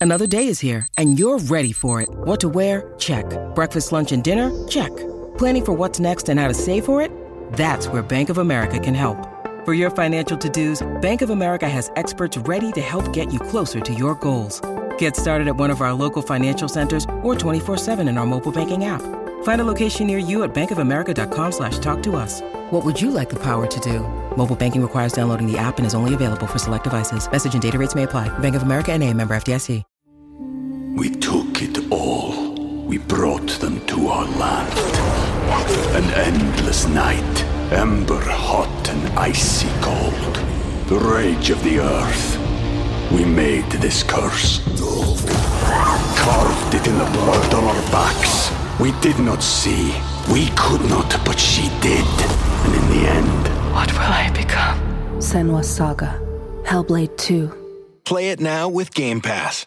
Another day is here, and you're ready for it. What to wear? Check. Breakfast, lunch, and dinner? Check. Planning for what's next and how to save for it? That's where Bank of America can help. For your financial to-dos, Bank of America has experts ready to help get you closer to your goals. Get started at one of our local financial centers or 24/7 in our mobile banking app. Find a location near you at bankofamerica.com/talktous. What would you like the power to do? Mobile banking requires downloading the app and is only available for select devices. Message and data rates may apply. Bank of America N.A., member FDIC. We took it all. We brought them to our land. An endless night, ember hot and icy cold. The rage of the earth. We made this curse. Carved it in the blood on our backs. We did not see. We could not, but she did. And in the end... What will I become? Senua's Saga. Hellblade 2. Play it now with Game Pass.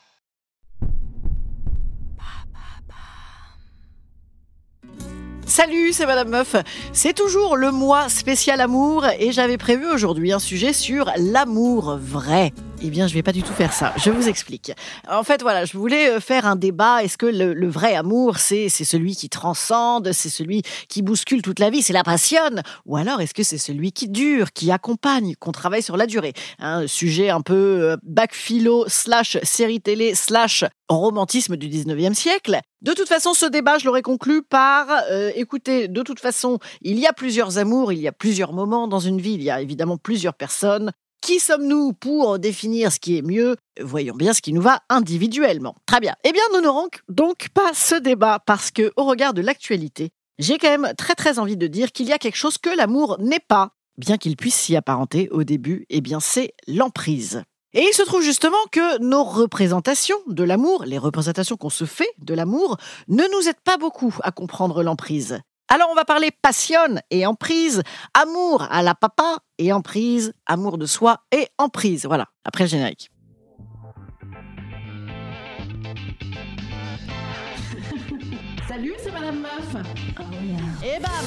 Salut, c'est Madame Meuf. C'est toujours le mois spécial amour et j'avais prévu aujourd'hui un sujet sur l'amour vrai. Eh bien, je vais pas du tout faire ça. Je vous explique. En fait, voilà, je voulais faire un débat. Est-ce que le vrai amour, c'est celui qui transcende, c'est celui qui bouscule toute la vie, c'est la passionne? Ou alors, est-ce que c'est celui qui dure, qui accompagne, qu'on travaille sur la durée? Un sujet un peu bac philo / série télé / romantisme du 19e siècle. De toute façon, ce débat, je l'aurais conclu par écoutez, de toute façon, il y a plusieurs amours, il y a plusieurs moments dans une vie, il y a évidemment plusieurs personnes. Qui sommes-nous pour définir ce qui est mieux? Voyons bien ce qui nous va individuellement. Très bien. Eh bien, nous n'aurons donc pas ce débat parce que, au regard de l'actualité, j'ai quand même très envie de dire qu'il y a quelque chose que l'amour n'est pas, bien qu'il puisse s'y apparenter au début. Eh bien, c'est l'emprise. Et il se trouve justement que nos représentations de l'amour, les représentations qu'on se fait de l'amour, ne nous aident pas beaucoup à comprendre l'emprise. Alors on va parler passion et emprise, amour à la papa et emprise, amour de soi et emprise. Voilà, après le générique. Salut, c'est Madame Meuf. Oh yeah. Et bam.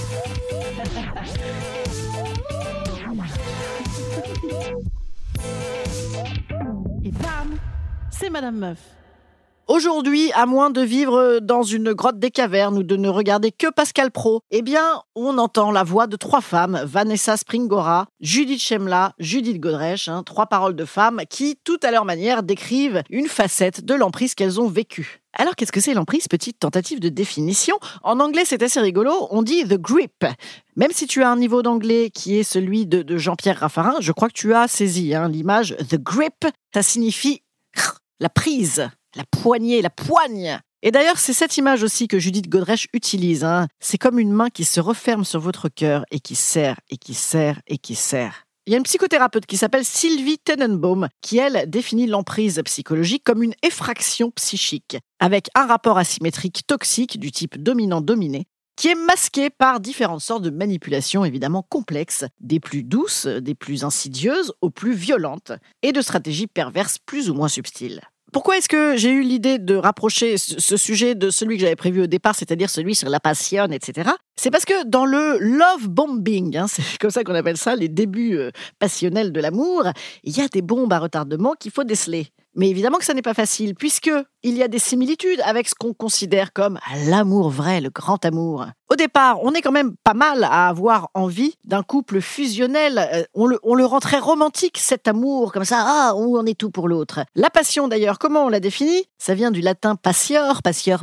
Et bam, c'est Madame Meuf. Aujourd'hui, à moins de vivre dans une grotte des cavernes ou de ne regarder que Pascal Praud, eh bien, on entend la voix de 3 femmes, Vanessa Springora, Judith Chemla, Judith Godrèche, 3 paroles de femmes qui, toutes à leur manière, décrivent une facette de l'emprise qu'elles ont vécue. Alors, qu'est-ce que c'est l'emprise? Petite tentative de définition. En anglais, c'est assez rigolo, on dit « the grip ». Même si tu as un niveau d'anglais qui est celui de Jean-Pierre Raffarin, je crois que tu as saisi l'image « the grip », ça signifie la prise. La poignée, la poigne. Et d'ailleurs, c'est cette image aussi que Judith Godrèche utilise. C'est comme une main qui se referme sur votre cœur et qui serre, et qui serre, et qui serre. Il y a une psychothérapeute qui s'appelle Sylvie Tenenbaum qui, elle, définit l'emprise psychologique comme une effraction psychique, avec un rapport asymétrique toxique du type dominant-dominé, qui est masqué par différentes sortes de manipulations évidemment complexes, des plus douces, des plus insidieuses aux plus violentes, et de stratégies perverses plus ou moins subtiles. Pourquoi est-ce que j'ai eu l'idée de rapprocher ce sujet de celui que j'avais prévu au départ, c'est-à-dire celui sur la passion, etc. C'est parce que dans le love bombing, c'est comme ça qu'on appelle ça, les débuts passionnels de l'amour, il y a des bombes à retardement qu'il faut déceler. Mais évidemment que ça n'est pas facile, puisqu'il y a des similitudes avec ce qu'on considère comme l'amour vrai, le grand amour. Au départ, on est quand même pas mal à avoir envie d'un couple fusionnel. On le rend très romantique, cet amour, comme ça, où on est tout pour l'autre. La passion, d'ailleurs, comment on la définit? Ça vient du latin passior,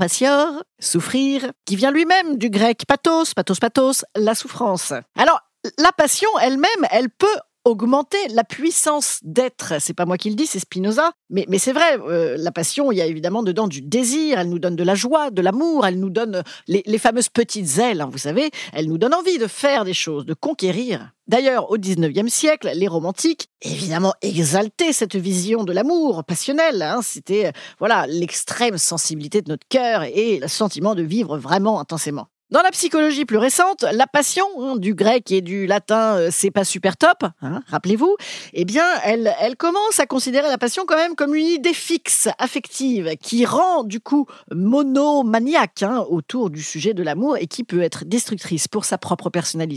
souffrir, qui vient lui-même du grec pathos, la souffrance. Alors, la passion elle-même, elle peut augmenter la puissance d'être. C'est pas moi qui le dis, c'est Spinoza. Mais c'est vrai, la passion, il y a évidemment dedans du désir, elle nous donne de la joie, de l'amour, elle nous donne les fameuses petites ailes, vous savez, elle nous donne envie de faire des choses, de conquérir. D'ailleurs, au 19e siècle, les romantiques, évidemment, exaltaient cette vision de l'amour passionnel. C'était l'extrême sensibilité de notre cœur et le sentiment de vivre vraiment intensément. Dans la psychologie plus récente, la passion, du grec et du latin, c'est pas super top, rappelez-vous, eh bien, elle commence à considérer la passion quand même comme une idée fixe, affective, qui rend du coup monomaniaque autour du sujet de l'amour et qui peut être destructrice pour sa propre personnalité.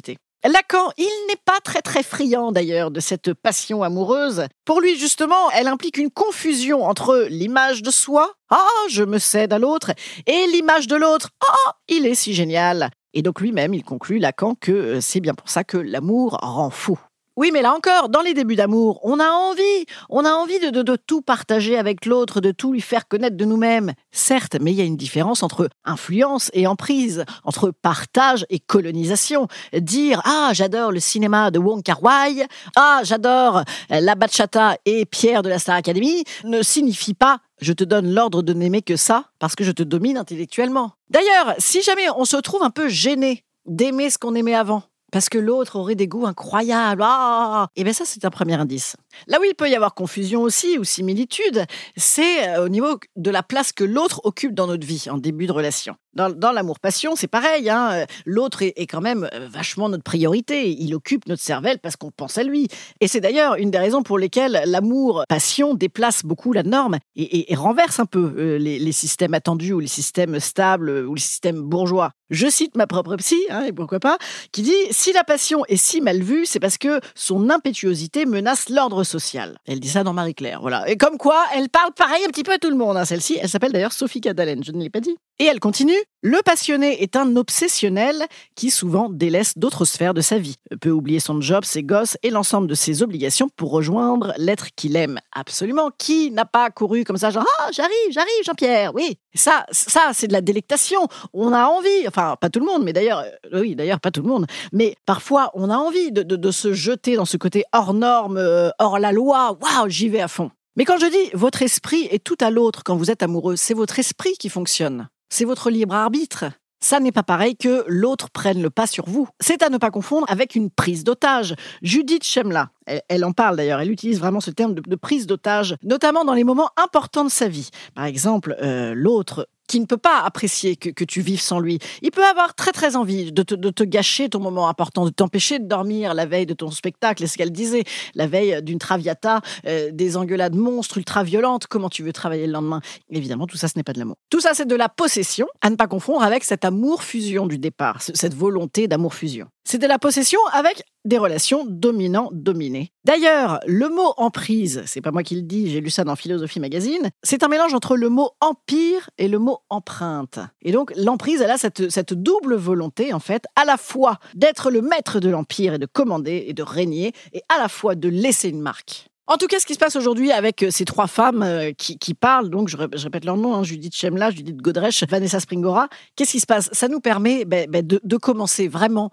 Lacan, il n'est pas très friand d'ailleurs de cette passion amoureuse. Pour lui, justement, elle implique une confusion entre l'image de soi, « Ah, je me cède à l'autre », et l'image de l'autre, « Ah, il est si génial ». Et donc lui-même, il conclut, Lacan, que c'est bien pour ça que l'amour rend fou. Oui, mais là encore, dans les débuts d'amour, on a envie de tout partager avec l'autre, de tout lui faire connaître de nous-mêmes. Certes, mais il y a une différence entre influence et emprise, entre partage et colonisation. Dire « Ah, j'adore le cinéma de Wong Kar-wai »,« Ah, j'adore la bachata et Pierre de la Star Academy » ne signifie pas « Je te donne l'ordre de n'aimer que ça parce que je te domine intellectuellement ». D'ailleurs, si jamais on se trouve un peu gêné d'aimer ce qu'on aimait avant, parce que l'autre aurait des goûts incroyables. Et bien ça, c'est un premier indice. Là où il peut y avoir confusion aussi, ou similitude, c'est au niveau de la place que l'autre occupe dans notre vie, en début de relation. Dans l'amour-passion, c'est pareil. L'autre est quand même vachement notre priorité. Il occupe notre cervelle parce qu'on pense à lui. Et c'est d'ailleurs une des raisons pour lesquelles l'amour-passion déplace beaucoup la norme et renverse un peu les systèmes attendus ou les systèmes stables ou les systèmes bourgeois. Je cite ma propre psy, et pourquoi pas, qui dit « Si la passion est si mal vue, c'est parce que son impétuosité menace l'ordre social. » Elle dit ça dans Marie-Claire, voilà. Et comme quoi, elle parle pareil un petit peu à tout le monde, celle-ci. Elle s'appelle d'ailleurs Sophie Cadalen, je ne l'ai pas dit. Et elle continue « Le passionné est un obsessionnel qui souvent délaisse d'autres sphères de sa vie, peut oublier son job, ses gosses et l'ensemble de ses obligations pour rejoindre l'être qu'il aime. » Absolument. Qui n'a pas couru comme ça, genre « Ah, j'arrive, Jean-Pierre !» Oui, ça, c'est de la délectation. On a envie, enfin, pas tout le monde, mais d'ailleurs, pas tout le monde, mais parfois, on a envie de se jeter dans ce côté hors norme, hors la loi. Waouh, j'y vais à fond. Mais quand je dis « votre esprit est tout à l'autre quand vous êtes amoureux », c'est votre esprit qui fonctionne. C'est votre libre arbitre. Ça n'est pas pareil que l'autre prenne le pas sur vous. C'est à ne pas confondre avec une prise d'otage. Judith Chemla, elle en parle d'ailleurs, elle utilise vraiment ce terme de prise d'otage, notamment dans les moments importants de sa vie. Par exemple, l'autre qui ne peut pas apprécier que tu vives sans lui. Il peut avoir très envie de te gâcher ton moment important, de t'empêcher de dormir la veille de ton spectacle, et ce qu'elle disait, la veille d'une traviata, des engueulades monstres ultra-violentes, comment tu veux travailler le lendemain. Évidemment, tout ça, ce n'est pas de l'amour. Tout ça, c'est de la possession, à ne pas confondre avec cet amour-fusion du départ, cette volonté d'amour-fusion. C'est de la possession avec des relations dominant-dominé. D'ailleurs, le mot emprise, c'est pas moi qui le dis, j'ai lu ça dans Philosophie Magazine, c'est un mélange entre le mot empire et le mot empreinte. Et donc, l'emprise, elle a cette double volonté, en fait, à la fois d'être le maître de l'empire et de commander et de régner, et à la fois de laisser une marque. En tout cas, ce qui se passe aujourd'hui avec ces trois femmes qui parlent, donc je répète leur nom, Judith Chemla, Judith Godrèche, Vanessa Springora, qu'est-ce qui se passe ? Ça nous permet de commencer vraiment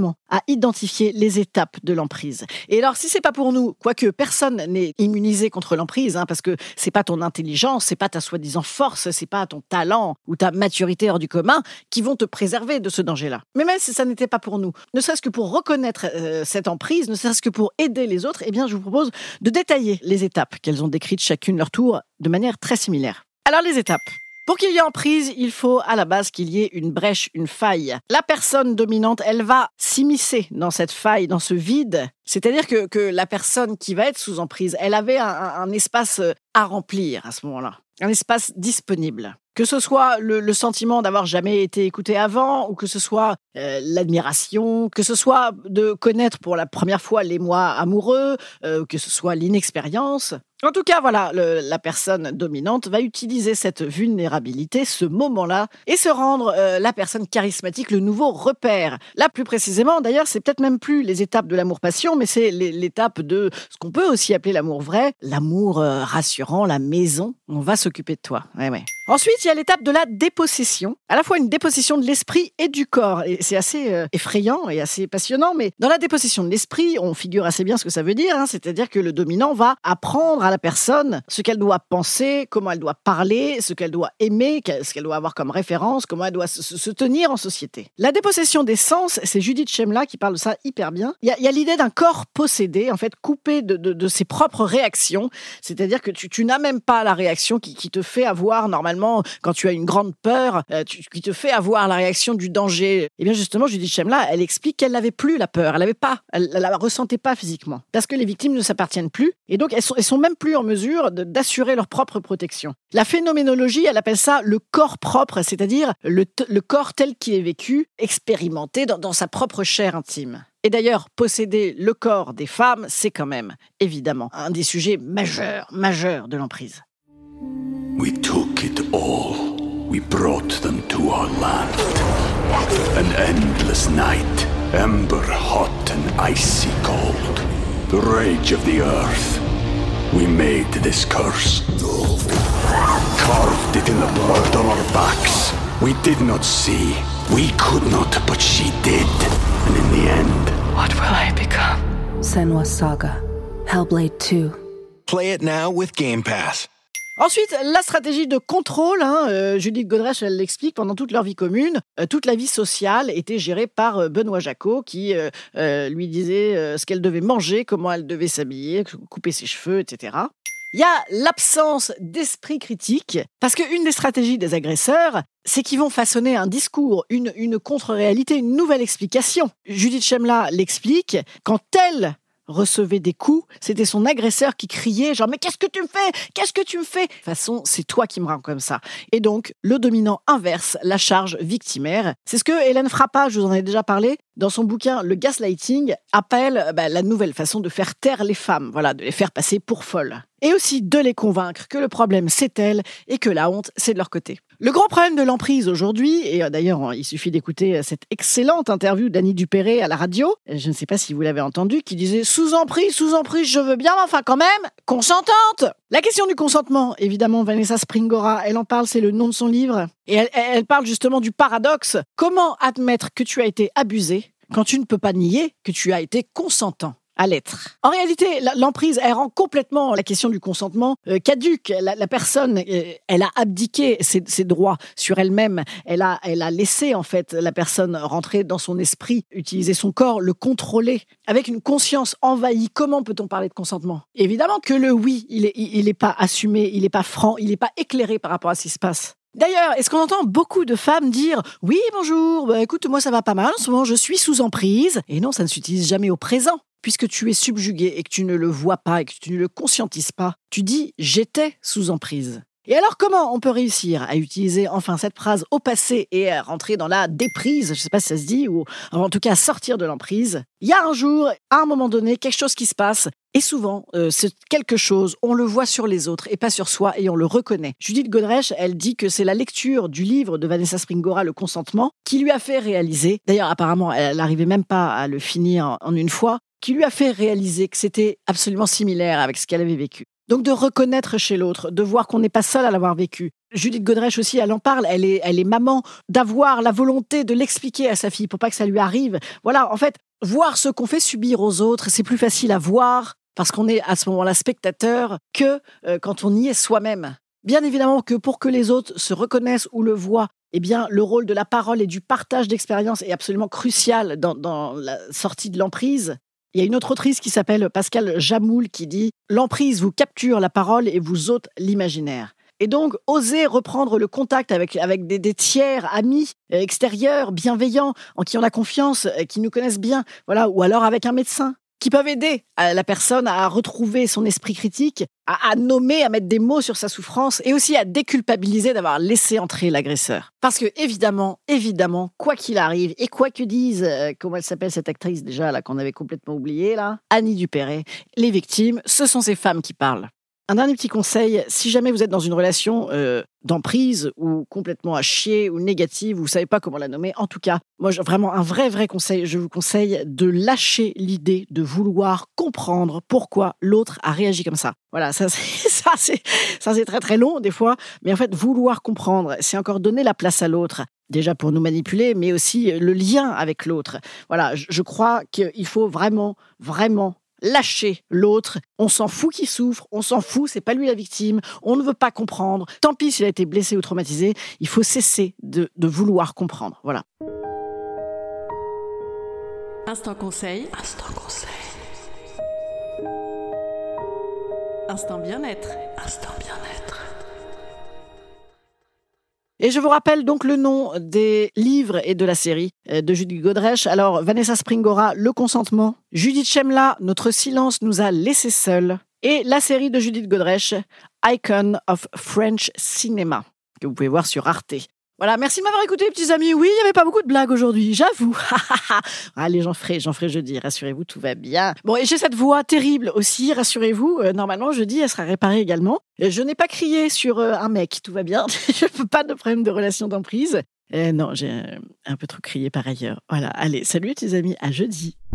à identifier les étapes de l'emprise. Et alors, si c'est pas pour nous, quoique personne n'est immunisé contre l'emprise, parce que c'est pas ton intelligence, c'est pas ta soi-disant force, c'est pas ton talent ou ta maturité hors du commun qui vont te préserver de ce danger-là. Mais même si ça n'était pas pour nous, ne serait-ce que pour reconnaître cette emprise, ne serait-ce que pour aider les autres, eh bien, je vous propose de détailler les étapes qu'elles ont décrites chacune leur tour de manière très similaire. Alors les étapes. Pour qu'il y ait emprise, il faut à la base qu'il y ait une brèche, une faille. La personne dominante, elle va s'immiscer dans cette faille, dans ce vide. C'est-à-dire que la personne qui va être sous emprise, elle avait un espace à remplir à ce moment-là. Un espace disponible. Que ce soit le sentiment d'avoir jamais été écouté avant, ou que ce soit l'admiration, que ce soit de connaître pour la première fois l'émoi amoureux, que ce soit l'inexpérience. En tout cas, voilà, la personne dominante va utiliser cette vulnérabilité, ce moment-là, et se rendre la personne charismatique, le nouveau repère. Là, plus précisément, d'ailleurs, c'est peut-être même plus les étapes de l'amour-passion, mais c'est l'étape de ce qu'on peut aussi appeler l'amour vrai, l'amour rassurant, la maison. On va s'occuper de toi. Ouais. Ensuite, il y a l'étape de la dépossession, à la fois une dépossession de l'esprit et du corps. Et c'est assez effrayant et assez passionnant, mais dans la dépossession de l'esprit, on figure assez bien ce que ça veut dire, c'est-à-dire que le dominant va apprendre à la personne ce qu'elle doit penser, comment elle doit parler, ce qu'elle doit aimer, ce qu'elle doit avoir comme référence, comment elle doit se tenir en société. La dépossession des sens, c'est Judith Chemla qui parle de ça hyper bien. Il y a l'idée d'un corps possédé, en fait, coupé de ses propres réactions, c'est-à-dire que tu n'as même pas la réaction qui te fait avoir normalement, quand tu as une grande peur, qui te fait avoir la réaction du danger. Et bien justement, Judith Chemla, elle explique qu'elle n'avait plus la peur, elle la ressentait pas physiquement, parce que les victimes ne s'appartiennent plus, et donc elles sont même plus en mesure d'assurer leur propre protection. La phénoménologie, elle appelle ça le corps propre, c'est-à-dire le corps tel qu'il est vécu, expérimenté dans sa propre chair intime. Et d'ailleurs, posséder le corps des femmes, c'est quand même, évidemment, un des sujets majeurs de l'emprise. We took it all. We brought them to our land. An endless night, ember hot and icy cold. The rage of the earth. We made this curse. Carved it in the blood on our backs. We did not see. We could not, but she did. And in the end, What will I become? Senua's Saga. Hellblade 2. Play it now with Game Pass. Ensuite, la stratégie de contrôle, Judith Godrèche, elle l'explique, pendant toute leur vie commune, toute la vie sociale était gérée par Benoît Jacquot qui lui disait ce qu'elle devait manger, comment elle devait s'habiller, couper ses cheveux, etc. Il y a l'absence d'esprit critique, parce qu'une des stratégies des agresseurs, c'est qu'ils vont façonner un discours, une contre-réalité, une nouvelle explication. Judith Chemla l'explique, quand elle recevait des coups, c'était son agresseur qui criait genre « Mais qu'est-ce que tu me fais ? Qu'est-ce que tu me fais ?» De toute façon, c'est toi qui me rends comme ça. Et donc, le dominant inverse la charge victimaire. C'est ce que Hélène Frappa, je vous en ai déjà parlé, dans son bouquin « Le gaslighting », appelle la nouvelle façon de faire taire les femmes, voilà, de les faire passer pour folles. Et aussi de les convaincre que le problème c'est elles et que la honte c'est de leur côté. Le grand problème de l'emprise aujourd'hui, et d'ailleurs il suffit d'écouter cette excellente interview d'Annie Dupéré à la radio, je ne sais pas si vous l'avez entendu, qui disait sous emprise, je veux bien, mais enfin quand même, consentante. La question du consentement, évidemment Vanessa Springora, elle en parle, c'est le nom de son livre, et elle parle justement du paradoxe. Comment admettre que tu as été abusé quand tu ne peux pas nier que tu as été consentant à l'être. En réalité, l'emprise, elle rend complètement la question du consentement caduque. La personne, elle a abdiqué ses droits sur elle-même. Elle a laissé, en fait, la personne rentrer dans son esprit, utiliser son corps, le contrôler. Avec une conscience envahie, comment peut-on parler de consentement ? Évidemment que le oui, il est pas assumé, il est pas franc, il est pas éclairé par rapport à ce qui se passe. D'ailleurs, est-ce qu'on entend beaucoup de femmes dire « Oui, bonjour, écoute, moi ça va pas mal, en ce moment je suis sous emprise ». Et non, ça ne s'utilise jamais au présent. Puisque tu es subjugué et que tu ne le vois pas et que tu ne le conscientises pas, tu dis « j'étais sous emprise ». Et alors comment on peut réussir à utiliser enfin cette phrase au passé et à rentrer dans la déprise, je ne sais pas si ça se dit, ou en tout cas sortir de l'emprise ? Il y a un jour, à un moment donné, quelque chose qui se passe, et souvent, c'est quelque chose, on le voit sur les autres et pas sur soi, et on le reconnaît. Judith Godrèche, elle dit que c'est la lecture du livre de Vanessa Springora, Le consentement, qui lui a fait réaliser, d'ailleurs apparemment elle n'arrivait même pas à le finir en une fois, qui lui a fait réaliser que c'était absolument similaire avec ce qu'elle avait vécu. Donc de reconnaître chez l'autre, de voir qu'on n'est pas seul à l'avoir vécu. Judith Godrèche aussi, elle en parle, elle est maman, d'avoir la volonté de l'expliquer à sa fille pour pas que ça lui arrive. Voilà, en fait, voir ce qu'on fait subir aux autres, c'est plus facile à voir parce qu'on est à ce moment-là spectateur que quand on y est soi-même. Bien évidemment que pour que les autres se reconnaissent ou le voient, eh bien, le rôle de la parole et du partage d'expérience est absolument crucial dans la sortie de l'emprise. Il y a une autre autrice qui s'appelle Pascale Jamoul qui dit « L'emprise vous capture la parole et vous ôte l'imaginaire ». Et donc, oser reprendre le contact avec des tiers, amis, extérieurs, bienveillants, en qui on a confiance, qui nous connaissent bien, voilà, ou alors avec un médecin, qui peuvent aider la personne à retrouver son esprit critique, à nommer, à mettre des mots sur sa souffrance et aussi à déculpabiliser d'avoir laissé entrer l'agresseur. Parce que évidemment, quoi qu'il arrive et quoi que dise, comment elle s'appelle cette actrice déjà là qu'on avait complètement oubliée là, Annie Dupéré, les victimes, ce sont ces femmes qui parlent. Un dernier petit conseil, si jamais vous êtes dans une relation d'emprise ou complètement à chier ou négative, vous ne savez pas comment la nommer, en tout cas, moi vraiment un vrai conseil, je vous conseille de lâcher l'idée de vouloir comprendre pourquoi l'autre a réagi comme ça. Voilà, ça c'est très très long des fois, mais en fait vouloir comprendre, c'est encore donner la place à l'autre. Déjà pour nous manipuler, mais aussi le lien avec l'autre. Voilà, je crois qu'il faut vraiment lâcher l'autre, on s'en fout qu'il souffre, on s'en fout, c'est pas lui la victime, on ne veut pas comprendre, tant pis s'il a été blessé ou traumatisé, il faut cesser de vouloir comprendre, voilà. Instant conseil. Instant bien-être. Et je vous rappelle donc le nom des livres et de la série de Judith Godrèche. Alors, Vanessa Springora, Le consentement. Judith Chemla, Notre silence nous a laissés seuls. Et la série de Judith Godrèche, Icon of French Cinema, que vous pouvez voir sur Arte. Voilà, merci de m'avoir écouté, petits amis. Oui, il n'y avait pas beaucoup de blagues aujourd'hui, j'avoue. Allez, j'en ferai jeudi, rassurez-vous, tout va bien. Bon, et j'ai cette voix terrible aussi, rassurez-vous. Normalement, jeudi, elle sera réparée également. Je n'ai pas crié sur un mec, tout va bien. Je ne veux pas de problème de relation d'emprise. Non, j'ai un peu trop crié par ailleurs. Voilà, allez, salut, petits amis, à jeudi.